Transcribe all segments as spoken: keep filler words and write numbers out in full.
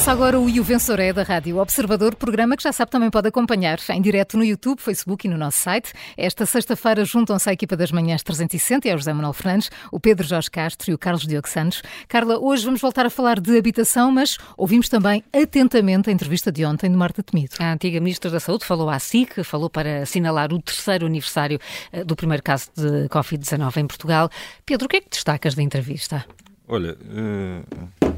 Começa agora o E o Vencedor é da Rádio Observador, programa que já sabe também pode acompanhar em direto no YouTube, Facebook e no nosso site. Esta sexta-feira juntam-se à equipa das manhãs trezentos e sessenta e ao José Manuel Fernandes, o Pedro Jorge Castro e o Carlos Diogo Santos. Carla, hoje vamos voltar a falar de habitação, mas ouvimos também atentamente a entrevista de ontem de Marta Temido. A antiga Ministra da Saúde falou à S I C, falou para assinalar o terceiro aniversário do primeiro caso de covid dezanove em Portugal. Pedro, o que é que destacas da entrevista? Olha, uh,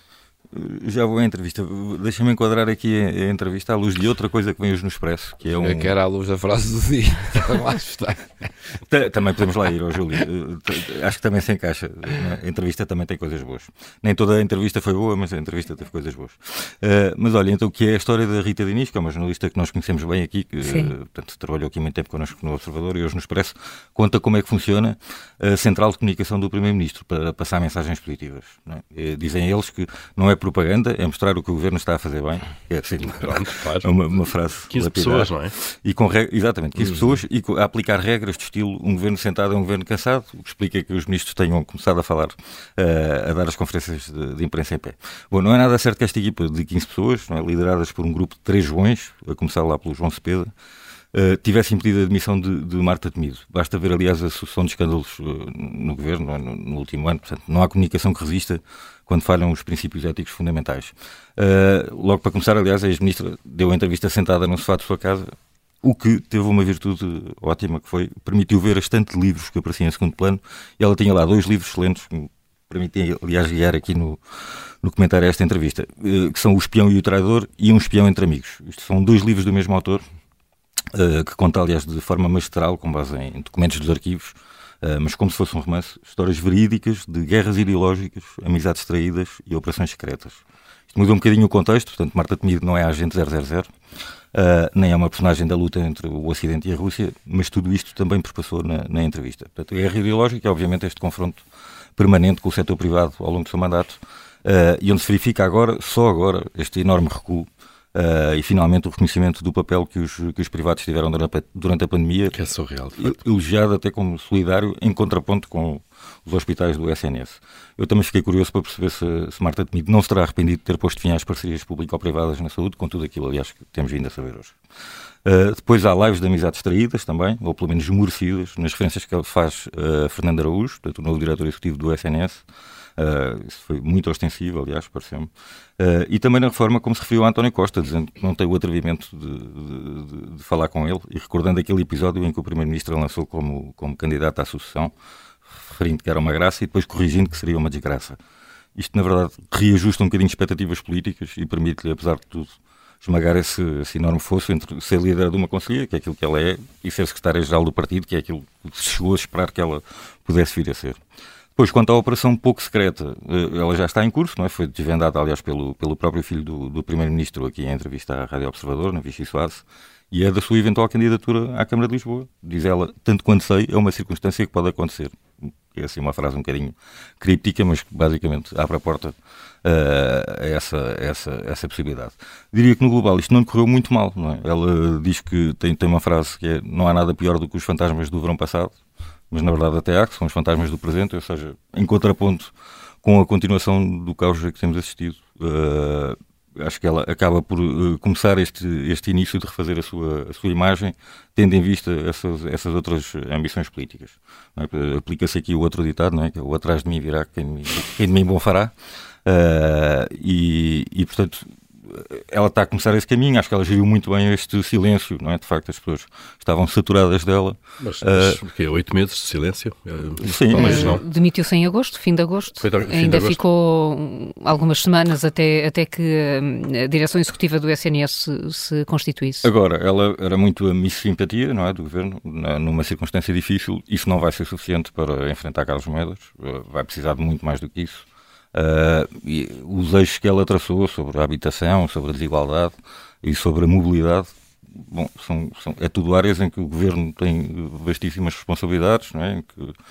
já vou à entrevista. Deixa-me enquadrar aqui a, a entrevista à luz de outra coisa que vem hoje no Expresso, que é um... É que era à luz da frase do dia. Lá está. Também podemos lá ir, ó Júlio. Acho que também se encaixa. A entrevista também tem coisas boas. Nem toda a entrevista foi boa, mas a entrevista teve coisas boas. Uh, mas olha, então o que é a história da Rita Diniz, que é uma jornalista que nós conhecemos bem aqui, que uh, portanto, trabalhou aqui muito tempo connosco no Observador e hoje no Expresso, conta como é que funciona a central de comunicação do Primeiro-Ministro para passar mensagens positivas. Não é? Dizem eles que não é propaganda, é mostrar o que o Governo está a fazer bem. É assim, claro, claro. uma, uma frase quinze lapidar. Pessoas, não é? E com reg... Exatamente, quinze uhum. pessoas e a aplicar regras de estilo um Governo sentado é um Governo cansado, o que explica que os ministros tenham começado a falar, uh, a dar as conferências de, de imprensa em pé. Bom, não é nada certo que esta equipa de quinze pessoas, não é, lideradas por um grupo de três Joões, a começar lá pelo João Cepeda, Uh, tivesse impedido a admissão de, de Marta Temido. Basta ver, aliás, a sucessão de escândalos uh, no Governo no, no último ano. Portanto, não há comunicação que resista quando falham os princípios éticos fundamentais. Uh, logo para começar, aliás, a ex-ministra deu a entrevista sentada no sofá de sua casa, o que teve uma virtude ótima, que foi, permitiu ver a estante de livros que aparecia em segundo plano, e ela tinha lá dois livros excelentes, que me permitem, aliás, guiar aqui no, no comentário a esta entrevista, uh, que são O Espião e o Traidor e Um Espião entre Amigos. Isto são dois livros do mesmo autor, Uh, que conta, aliás, de forma magistral, com base em documentos dos arquivos, uh, mas como se fosse um romance, histórias verídicas de guerras ideológicas, amizades traídas e operações secretas. Isto muda um bocadinho o contexto, portanto, Marta Temido não é a agente zero zero zero, uh, nem é uma personagem da luta entre o Ocidente e a Rússia, mas tudo isto também perpassou na, na entrevista. Portanto, a guerra ideológica é, obviamente, este confronto permanente com o setor privado ao longo do seu mandato, uh, e onde se verifica agora, só agora, este enorme recuo, Uh, e finalmente o reconhecimento do papel que os, que os privados tiveram durante a, durante a pandemia, que é surreal, elogiado até como solidário, em contraponto com os hospitais do S N S. Eu também fiquei curioso para perceber se, se Marta Temido não se terá arrependido de ter posto fim às parcerias público-privadas na saúde, com tudo aquilo, aliás, que temos vindo a saber hoje. Uh, depois há lives de amizades traídas também, ou pelo menos esmorecidas, nas referências que ele faz a uh, Fernando Araújo, portanto, o novo diretor executivo do S N S. Uh, isso foi muito ostensivo, aliás, pareceu-me. Uh, e também na reforma, como se referiu a António Costa, dizendo que não tem o atrevimento de, de, de, de falar com ele, e recordando aquele episódio em que o Primeiro-Ministro lançou como, como candidato à sucessão, referindo que era uma graça e depois corrigindo que seria uma desgraça. Isto, na verdade, reajusta um bocadinho expectativas políticas e permite-lhe, apesar de tudo, esmagar esse, esse enorme fosso entre ser líder de uma conselhia, que é aquilo que ela é, e ser secretária-geral do partido, que é aquilo que se chegou a esperar que ela pudesse vir a ser. Depois, quanto à operação pouco secreta, ela já está em curso, não é? Foi desvendada, aliás, pelo, pelo próprio filho do, do Primeiro-Ministro aqui em entrevista à Rádio Observador, na Vichy Soares, e é da sua eventual candidatura à Câmara de Lisboa. Diz ela, tanto quanto sei, é uma circunstância que pode acontecer. É assim uma frase um bocadinho críptica, mas que basicamente abre a porta uh, a essa, essa, essa possibilidade. Diria que no global isto não lhe correu muito mal, não é? Ela diz que tem, tem uma frase que é: não há nada pior do que os fantasmas do verão passado, mas na verdade até há, que são os fantasmas do presente, ou seja, em contraponto com a continuação do caos a que temos assistido. Uh, acho que ela acaba por uh, começar este, este início de refazer a sua, a sua imagem, tendo em vista essas, essas outras ambições políticas. É? Aplica-se aqui o outro ditado, não é? Que é o atrás de mim virá quem, me, quem de mim bom fará, uh, e, e portanto ela está a começar esse caminho. Acho que ela geriu muito bem este silêncio, não é? De facto, as pessoas estavam saturadas dela. Mas, mas uh, o quê? Oito meses de silêncio? Sim. Mas não. Demitiu-se em agosto, fim de agosto. Foi, fim Ainda de agosto. Ficou algumas semanas até, até que a direção executiva do S N S se, se constituísse. Agora, ela era muito a miss simpatia, não é? Do Governo, numa circunstância difícil. Isso não vai ser suficiente para enfrentar Carlos Moedas. Vai precisar de muito mais do que isso. Uh, e os eixos que ela traçou sobre a habitação, sobre a desigualdade e sobre a mobilidade, bom, são, são, é tudo áreas em que o Governo tem vastíssimas responsabilidades, não é? Que, uh,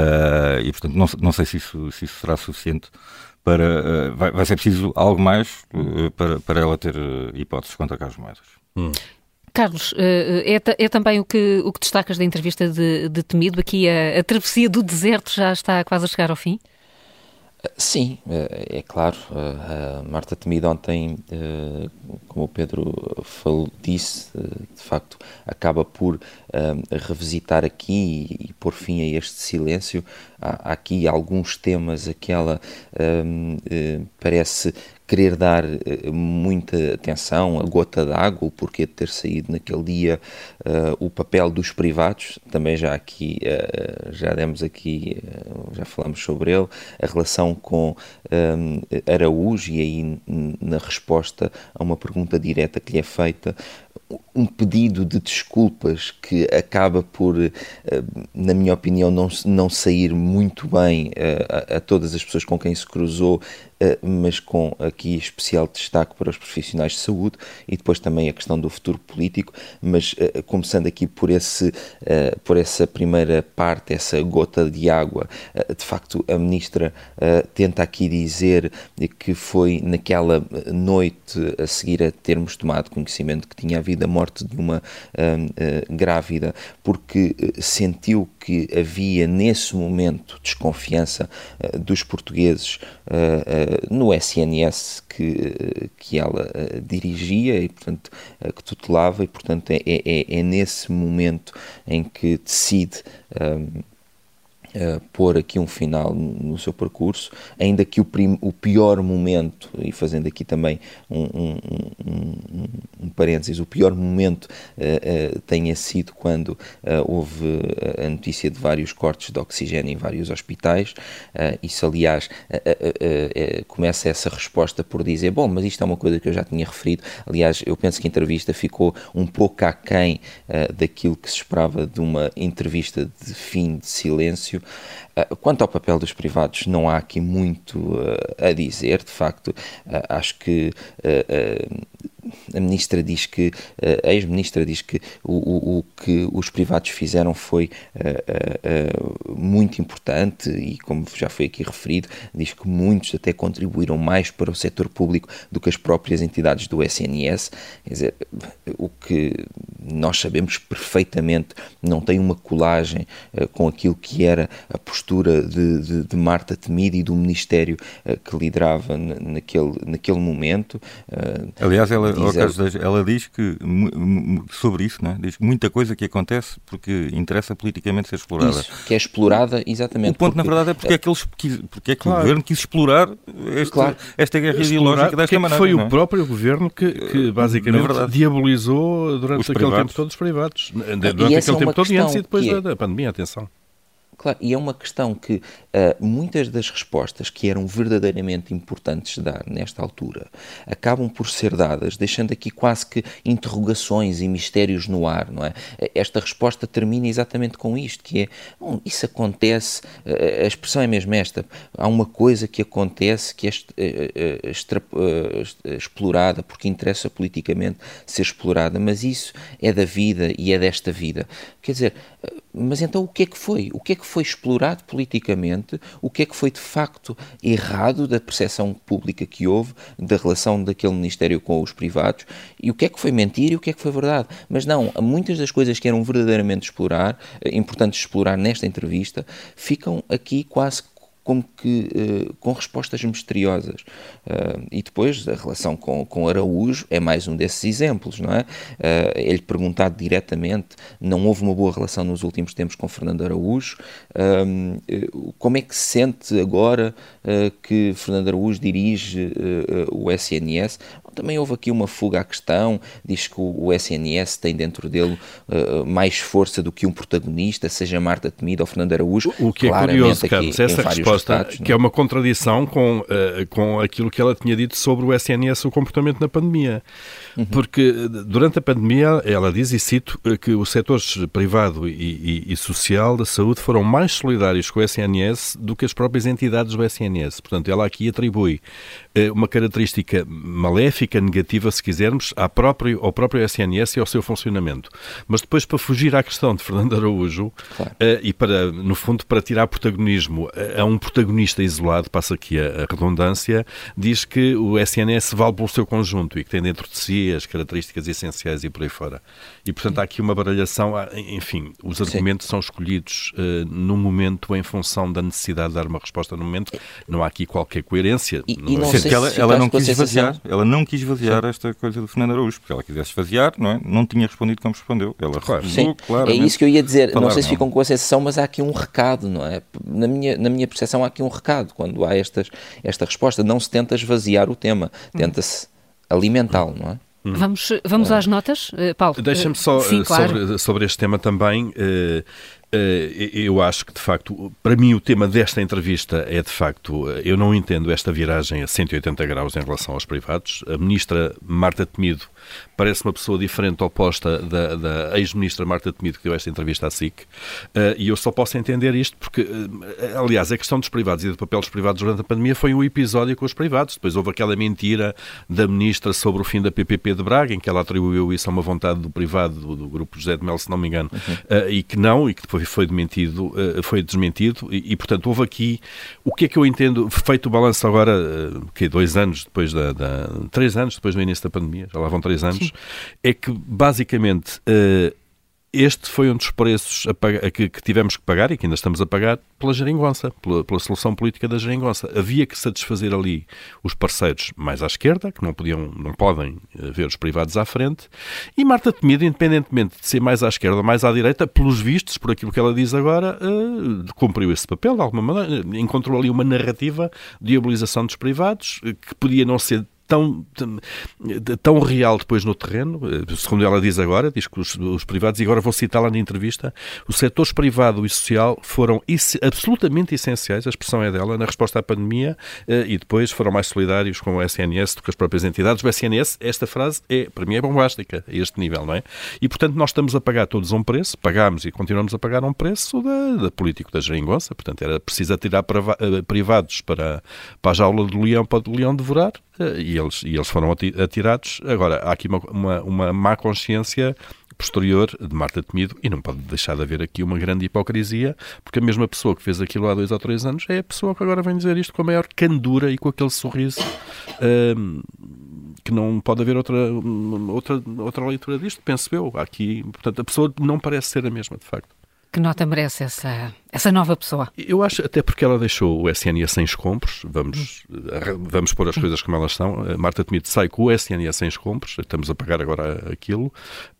e portanto não, não sei se isso, se isso será suficiente para... Uh, vai, vai ser preciso algo mais uh, para, para ela ter uh, hipóteses contra Carlos Moedas. Hum. Carlos, é, é também o que, o que destacas da entrevista de, de Temido, aqui a, a travessia do deserto já está quase a chegar ao fim? Sim, é claro. A Marta Temido ontem, como o Pedro falou, disse, de facto, acaba por revisitar aqui e pôr fim a este silêncio. Há aqui alguns temas a que ela parece querer dar muita atenção, a gota d'água, o porquê de ter saído naquele dia, uh, o papel dos privados, também já aqui, uh, já demos aqui, uh, já falamos sobre ele, a relação com um, Araújo, e aí na resposta a uma pergunta direta que lhe é feita, um pedido de desculpas que acaba por, na minha opinião, não, não sair muito bem a, a todas as pessoas com quem se cruzou, mas com aqui especial destaque para os profissionais de saúde, e depois também a questão do futuro político, mas começando aqui por, esse, por essa primeira parte, essa gota de água, de facto a Ministra tenta aqui dizer que foi naquela noite a seguir a termos tomado conhecimento que tinha havido a morte de uma uh, uh, grávida, porque uh, sentiu que havia nesse momento desconfiança uh, dos portugueses uh, uh, no S N S que, uh, que ela uh, dirigia e, portanto, uh, que tutelava, e, portanto, é, é, é nesse momento em que decide uh, Uh, pôr aqui um final no, no seu percurso, ainda que o, prim, o pior momento, e fazendo aqui também um, um, um, um, um parênteses, o pior momento uh, uh, tenha sido quando uh, houve a notícia de vários cortes de oxigênio em vários hospitais. Uh, isso, aliás, uh, uh, uh, começa essa resposta por dizer, bom, mas isto é uma coisa que eu já tinha referido. Aliás, eu penso que a entrevista ficou um pouco aquém uh, daquilo que se esperava de uma entrevista de fim de silêncio. Quanto ao papel dos privados, não há aqui muito uh, a dizer, de facto. Uh, acho que uh, uh, a Ministra diz que, a ex-Ministra diz que o, o, o que os privados fizeram foi uh, uh, uh, muito importante, e, como já foi aqui referido, diz que muitos até contribuíram mais para o setor público do que as próprias entidades do S N S. Quer dizer, o que nós sabemos perfeitamente não tem uma colagem uh, com aquilo que era a postura de, de, de Marta Temido e do Ministério uh, que liderava naquele, naquele momento. Uh, Aliás, ela, diz, ela, ela diz que, sobre isso, né, diz que muita coisa que acontece porque interessa politicamente ser explorada. Isso, que é explorada, exatamente. O ponto, porque, na verdade, é porque é que, eles quis, porque é que claro. o Governo quis explorar este, claro. esta guerra ideológica desta maneira. Foi não é? o próprio Governo que, que basicamente, diabolizou durante os aquele privados. tempo todo os privados. Durante aquele é tempo todo e antes e depois é... da pandemia, atenção. Claro, e é uma questão que uh, muitas das respostas que eram verdadeiramente importantes de dar nesta altura acabam por ser dadas, deixando aqui quase que interrogações e mistérios no ar, não é? Esta resposta termina exatamente com isto, que é, bom, isso acontece, uh, a expressão é mesmo esta, há uma coisa que acontece que é est- uh, extra- uh, explorada, porque interessa politicamente ser explorada, mas isso é da vida e é desta vida. Quer dizer, uh, mas então o que é que foi? O que é que foi explorado politicamente? O que é que foi de facto errado da percepção pública que houve da relação daquele Ministério com os privados? E o que é que foi mentira e o que é que foi verdade? Mas não, muitas das coisas que eram verdadeiramente explorar, importantes explorar nesta entrevista, ficam aqui quase como que uh, com respostas misteriosas. Uh, e depois a relação com, com Araújo é mais um desses exemplos, não é? Uh, ele perguntado diretamente, não houve uma boa relação nos últimos tempos com Fernando Araújo. Uh, como é que se sente agora uh, que Fernando Araújo dirige uh, uh, o S N S? Também houve aqui uma fuga à questão, diz que o, o S N S tem dentro dele uh, mais força do que um protagonista, seja Marta Temido ou Fernando Araújo. O que é curioso, Carlos, essa resposta, retratos, que é uma contradição com, uh, com aquilo que ela tinha dito sobre o S N S, o comportamento na pandemia. Uhum. Porque durante a pandemia, ela diz, e cito, que os setores privado e, e, e social da saúde foram mais solidários com o S N S do que as próprias entidades do S N S. Portanto, ela aqui atribui uh, uma característica maléfica benéfica, negativa, se quisermos, à própria, ao próprio S N S e ao seu funcionamento. Mas depois, para fugir à questão de Fernando Araújo, claro. uh, e para, no fundo, para tirar protagonismo a, a um protagonista isolado, passa aqui a, a redundância, diz que o S N S vale pelo seu conjunto e que tem dentro de si as características essenciais e por aí fora. E, portanto, há aqui uma baralhação, enfim, os argumentos Sim. são escolhidos uh, no momento em função da necessidade de dar uma resposta no momento. Não há aqui qualquer coerência. E, não e não sei se ela, ela, não quis esvaziar, ela não quis esvaziar esta coisa do Fernando Araújo, porque ela quisesse esvaziar, não é? Não tinha respondido como respondeu. Ela claro. Sim, é isso que eu ia dizer. Falar, não sei se ficam com a sensação, mas há aqui um recado, não é? Na minha, na minha percepção há aqui um recado. Quando há estas, esta resposta, não se tenta esvaziar o tema, tenta-se alimentá-lo, não é? Hum. Vamos, vamos às notas, Paulo? Deixa-me só Sim, claro. sobre, sobre este tema também. Uh, Uh, eu acho que, de facto, para mim o tema desta entrevista é, de facto, eu não entendo esta viragem a cento e oitenta graus em relação aos privados. A ministra Marta Temido parece uma pessoa diferente, oposta da, da ex-ministra Marta Temido, que deu esta entrevista à S I C, uh, e eu só posso entender isto porque, uh, aliás, a questão dos privados e do papel dos privados durante a pandemia foi um episódio com os privados. Depois houve aquela mentira da ministra sobre o fim da P P P de Braga, em que ela atribuiu isso a uma vontade do privado, do, do grupo José de Mel, se não me engano, uhum. uh, e que não, e que depois foi dementido, uh, foi desmentido, e, e, portanto, houve aqui, o que é que eu entendo, feito o balanço agora, uh, que dois anos depois da, da, três anos depois do início da pandemia, já lá vão três anos, Sim. é que, basicamente, uh, este foi um dos preços a pagar, a que, que tivemos que pagar e que ainda estamos a pagar pela geringonça, pela, pela solução política da geringonça. Havia que satisfazer ali os parceiros mais à esquerda, que não podiam, não podem ver os privados à frente, e Marta Temido, independentemente de ser mais à esquerda ou mais à direita, pelos vistos, por aquilo que ela diz agora, uh, cumpriu esse papel de alguma maneira, encontrou ali uma narrativa de viabilização dos privados, que podia não ser Tão, tão, tão real depois no terreno, segundo ela diz agora, diz que os, os privados, e agora vou citá-la na entrevista, os setores privado e social foram is, absolutamente essenciais, a expressão é dela, na resposta à pandemia, e depois foram mais solidários com o S N S do que as próprias entidades. O S N S, esta frase, é, para mim é bombástica, a este nível, não é? E, portanto, nós estamos a pagar todos um preço, pagámos e continuamos a pagar um preço da, da político da geringonça, portanto, era preciso tirar privados para, para a jaula do leão, para o leão devorar, e eles, e eles foram atirados. Agora, há aqui uma, uma, uma má consciência posterior de Marta Temido, e não pode deixar de haver aqui uma grande hipocrisia, porque a mesma pessoa que fez aquilo há dois ou três anos é a pessoa que agora vem dizer isto com a maior candura e com aquele sorriso, um, que não pode haver outra, outra, outra leitura disto, penso eu. Aqui, portanto, a pessoa não parece ser a mesma, de facto. Que nota merece essa, essa nova pessoa? Eu acho, até porque ela deixou o S N S sem escombros, vamos, vamos pôr as coisas como elas são. A Marta Temido sai com o S N S sem escombros, estamos a pagar agora aquilo.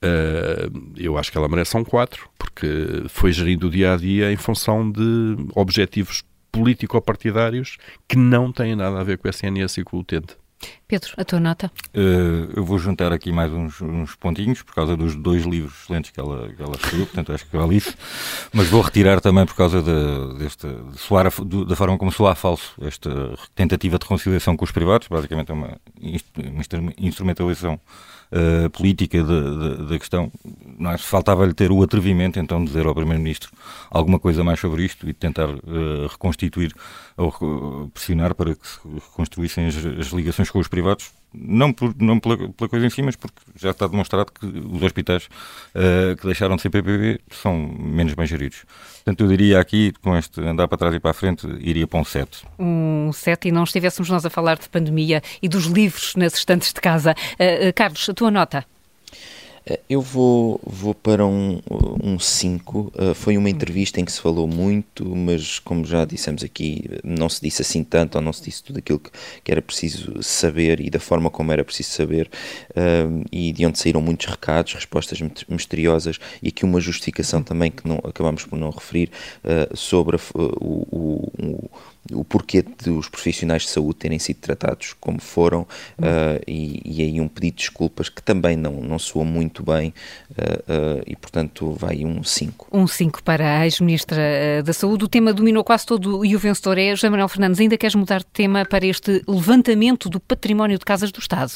Eu acho que ela merece um quatro, porque foi gerindo o dia-a-dia em função de objetivos político-partidários que não têm nada a ver com o S N S e com o utente. Pedro, a tua nota? Uh, eu vou juntar aqui mais uns, uns pontinhos por causa dos dois livros excelentes que ela, que ela escreveu, portanto acho que vale isso, mas vou retirar também por causa de, deste, de soar a, de, da forma como soa falso esta tentativa de reconciliação com os privados. Basicamente é uma, uma instrumentalização uh, política da questão. Não é? Faltava-lhe ter o atrevimento então de dizer ao Primeiro-Ministro alguma coisa mais sobre isto e de tentar uh, reconstituir ou pressionar para que se reconstruíssem as, as ligações com os privados, não, por, não pela, pela coisa em si, mas porque já está demonstrado que os hospitais uh, que deixaram de ser P P P são menos bem geridos. Portanto, eu diria aqui, com este andar para trás e para a frente, iria para um sete. Um sete, e não estivéssemos nós a falar de pandemia e dos livros nas estantes de casa. Uh, uh, Carlos, a tua nota? Eu vou, vou para um cinco. Um uh, foi uma entrevista em que se falou muito, mas como já dissemos aqui, não se disse assim tanto, ou não se disse tudo aquilo que, que era preciso saber e da forma como era preciso saber, uh, e de onde saíram muitos recados, respostas misteriosas, e aqui uma justificação também que não, acabamos por não referir, uh, sobre a, o, o, o o porquê dos profissionais de saúde terem sido tratados como foram, uh, e, e aí um pedido de desculpas que também não, não soa muito bem, uh, uh, e portanto vai um cinco. Um cinco para a ex-ministra da Saúde. O tema dominou quase todo e o vencedor é José Manuel Fernandes. Ainda queres mudar de tema para este levantamento do património de casas do Estado?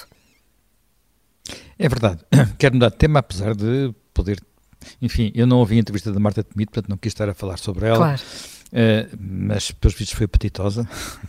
É verdade. Quero mudar de tema, apesar de poder... Enfim, eu não ouvi a entrevista da Marta Temido, portanto não quis estar a falar sobre ela. Claro. uh, mas pelos vistos foi apetitosa.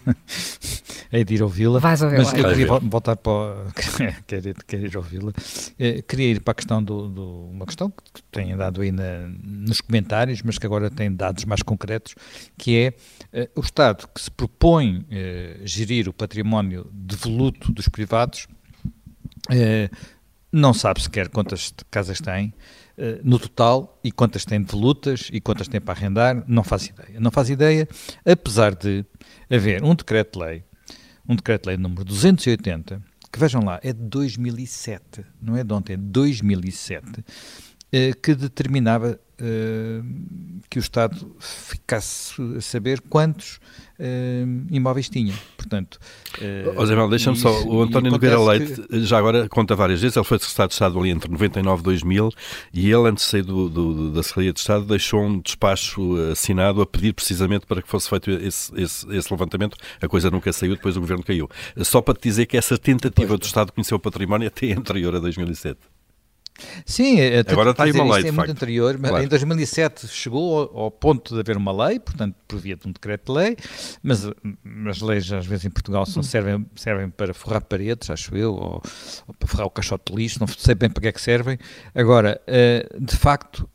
Hei de ir ouvi-la. Vais ouvi-la. Mas eu queria voltar para o... quero, ir, quero ir ouvi-la. Uh, queria ir para a questão do, do uma questão que tem dado aí na, nos comentários, mas que agora tem dados mais concretos, que é uh, o Estado que se propõe uh, gerir o património devoluto dos privados, uh, não sabe sequer quantas casas tem uh, no total e quantas tem devolutas e quantas tem para arrendar, não faz ideia. Não faz ideia, apesar de haver um decreto-lei, um decreto-lei número duzentos e oitenta, que vejam lá, é de dois mil e sete, não é de ontem, é de dois mil e sete, uh, que determinava uh, que o Estado ficasse a saber quantos uh, imóveis tinha. Portanto, uh, José Mel, deixa-me só, o António Nogueira Leite, que... já agora conta várias vezes, ele foi secretário de Estado ali entre noventa e nove e dois mil, e ele, antes de sair do, do, da Secretaria de Estado, deixou um despacho assinado a pedir precisamente para que fosse feito esse, esse, esse levantamento. A coisa nunca saiu, depois o governo caiu. Só para te dizer que essa tentativa pois, do Estado de conhecer o património até é anterior a dois mil e sete. Sim, agora está aí uma lei, é de muito facto. anterior, mas claro. Em dois mil e sete chegou ao, ao ponto de haver uma lei, portanto, por via de um decreto-lei, mas as leis, às vezes, em Portugal são, servem, servem para forrar paredes, acho eu, ou, ou para forrar o caixote de lixo, não sei bem para que é que servem. Agora, de facto,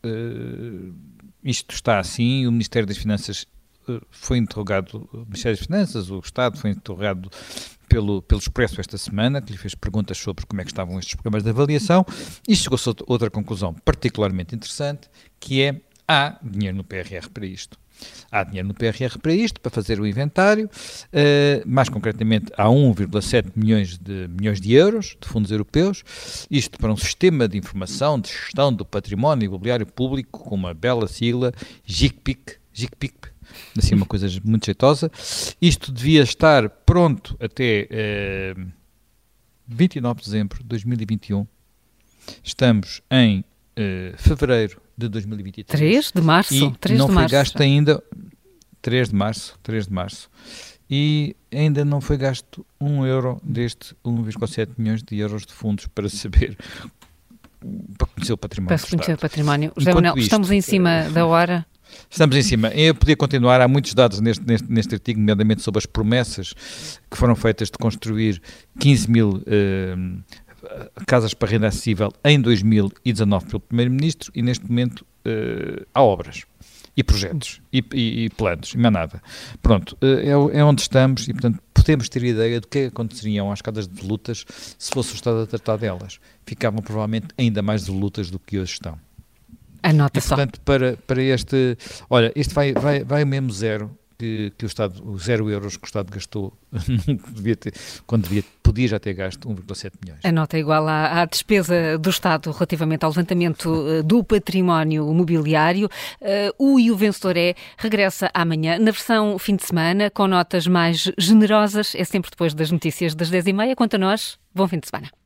isto está assim, o Ministério das Finanças foi interrogado, o Ministério das Finanças, o Estado foi interrogado Pelo, pelo Expresso esta semana, que lhe fez perguntas sobre como é que estavam estes programas de avaliação, e chegou-se a outra conclusão particularmente interessante, que é, há dinheiro no P R R para isto. Há dinheiro no P R R para isto, para fazer o inventário, uh, mais concretamente há um vírgula sete milhões de, milhões de euros de fundos europeus, isto para um sistema de informação, de gestão do património imobiliário público, com uma bela sigla, GICPIC, GICPIC, assim uma coisa muito jeitosa. Isto devia estar pronto até eh, vinte e nove de dezembro de dois mil e vinte e um. Estamos em eh, fevereiro de dois mil e vinte e três. três de março. E três não de foi março. gasto ainda... três de março. três de março. E ainda não foi gasto um euro deste um vírgula sete milhões de euros de fundos para saber... para conhecer o património. Para conhecer o património. José Manuel, estamos em cima da hora... Estamos em cima. Eu podia continuar, há muitos dados neste, neste, neste artigo, nomeadamente sobre as promessas que foram feitas de construir quinze mil eh, casas para renda acessível em dois mil e dezanove pelo Primeiro-Ministro, e neste momento eh, há obras e projetos e, e, e planos, e mais nada. Pronto, eh, é, é onde estamos e, portanto, podemos ter ideia do que aconteceriam às casas de lutas se fosse o Estado a tratar delas. Ficavam provavelmente ainda mais devolutas do que hoje estão. Anota e, portanto, só. Para, para este... Olha, isto vai, vai, vai mesmo zero, que, que o Estado, os zero euros que o Estado gastou, devia ter, quando devia, podia já ter gasto um vírgula sete milhões. A nota é igual à, à despesa do Estado relativamente ao levantamento uh, do património imobiliário. Uh, o E o Vencedor é regressa amanhã, na versão fim de semana, com notas mais generosas, é sempre depois das notícias das dez e meia. Quanto a nós, bom fim de semana.